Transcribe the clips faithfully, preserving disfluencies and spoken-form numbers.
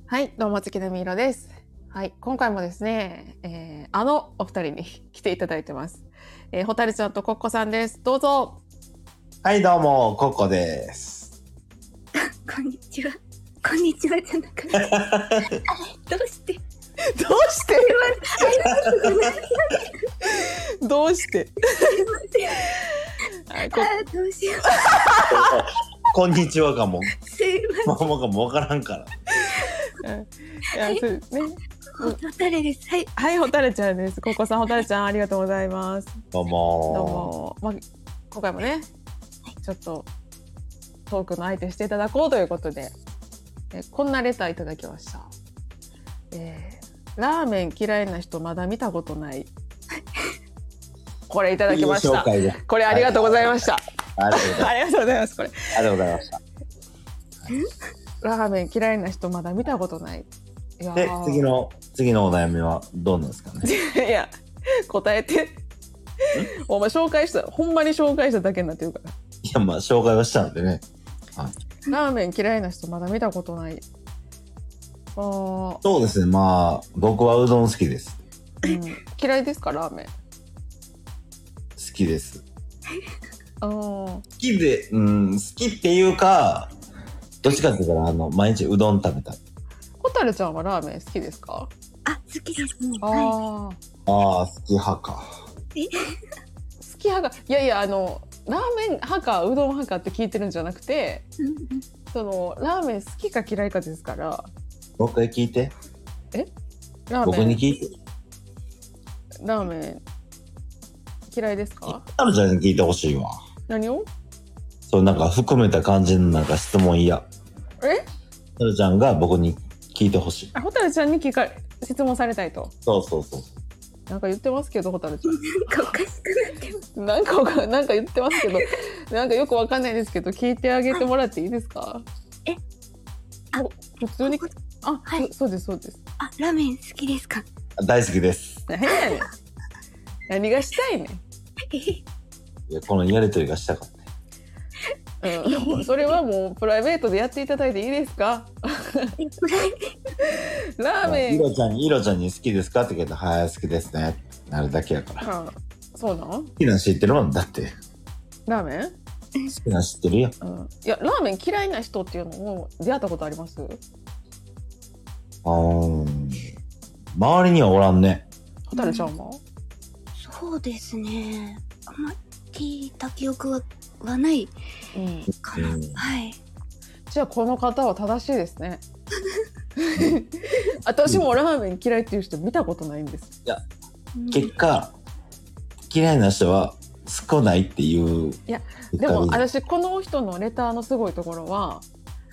はい、どうも月並みいろです。はい、今回もですね、えー、あのお二人に来ていただいてます。えー、ほたるちゃんとコッコさんです。どうぞ。 はいどうもコッコです。 こんにちは。こんにちはじゃなくて。あれどうして？ どうして？どうして？ あ、どうしよう。 こんにちはかも。 すいません。 ママかもわからんから。 いや、そうですね。 ほたれです。はい。 はい、ほたるちゃんです。コッコさん、ほたるちゃん、ありがとうございます。 どうも。 どうも。まあ、今回もね、ちょっとトークの相手していただこうということで、えこんなレターいただきました。えー、ラーメン嫌いな人まだ見たことない。これいただきました。これありがとうございました。 ありがとうございます。 これ。 ありがとうございました。 ラーメン嫌いな人まだ見たことない。いやで次の次のお悩みはどうなんですかね。 いや答えて。お前紹介したほんまに紹介しただけになってるから。 いやまあ紹介はしたのでね。はい、 ラーメン嫌いな人まだ見たことない。あそうですね。まあ僕はうどん好きです。 うん、嫌いですかラーメン。 好きです。 あ好きで、うん、好きっていうか、どっちかっていうとあの毎日うどん食べたい。 ほたるちゃんはラーメン好きですか？ あ、好きですね。 あ、 はああ、好き派か。 い。え、 好き派がいやいやあのラーメン派かうどん派かって聞いてるんじゃなくて、 うんうん、 そのラーメン好きか嫌いかですから。 もう一回聞いて。 え？ラーメン僕に聞いて。 ラーメン嫌いですか？ あるちゃんに聞いてほしいわ。 何を？ そうなんか含めた感じのなんか質問嫌。 え？ あるちゃんが僕に聞いてほしい。 あ、ほたるちゃんに聞か質問されたいと。 そうそうそう。 なんか言ってますけど、ほたるちゃん。 なんかおかしくなってます。 なんかおかなんか言ってますけど、なんかよくわかんないですけど、聞いてあげてもらっていいですか？ え？あ、 普通に。あ、 はい、 そうですそうです。 あ、ラーメン好きですか？ 大好きです。 何やねん。何がしたいねん。 いやこのやりとりがしたかった。 うん、それはもうプライベートでやっていただいていいですか？ラーメン。 いろちゃんに、いろちゃんに好きですかって聞いたら、はい、好きですねってなるだけやから。 あ、そうなん？好きな知ってるもんだって。 ラーメン？ 好きな知ってるやん。 うん、いやラーメン嫌いな人っていうのを出会ったことあります？ あー周りにはおらんね。 ほたるちゃんは？ そうですね。あんま聞いた記憶ははないかな。 うん、 はい。 じゃあこの方は正しいですね。私もラーメン嫌いっていう人見たことないんです。 いや、結果嫌いな人は少ないっていう。 いやでも私この人のレターのすごいところは、はい、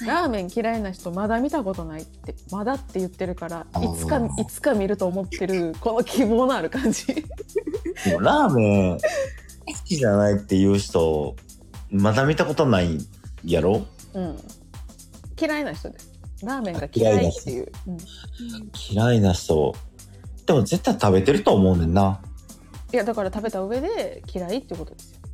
ラーメン嫌いな人まだ見たことないってまだって言ってるから、いつかいつか見ると思ってるこの希望のある感じ。 でもラーメン好きじゃないっていう人まだ見たことないやろ？ うん。嫌いな人です。ラーメンが嫌いっていう。うん、 嫌いな人でも絶対食べてると思うねんな。 いやだから食べた上で嫌いってことですよ。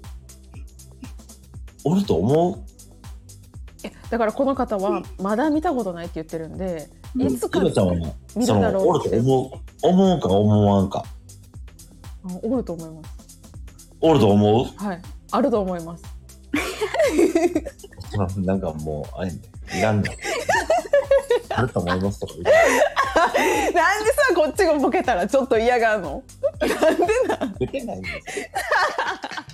おると思う？ いやだからこの方はまだ見たことないって言ってるんで、 うん、 いつか見るだろうって。 おると思う思うか思わんか。 おると思います。 おると思う？ はい、あると思います。 なんかもうあれいらんねん。あると思いますとか言う。なんでさこっちがボケたらちょっと嫌がるの？なんでなん？ 出てないんですよ。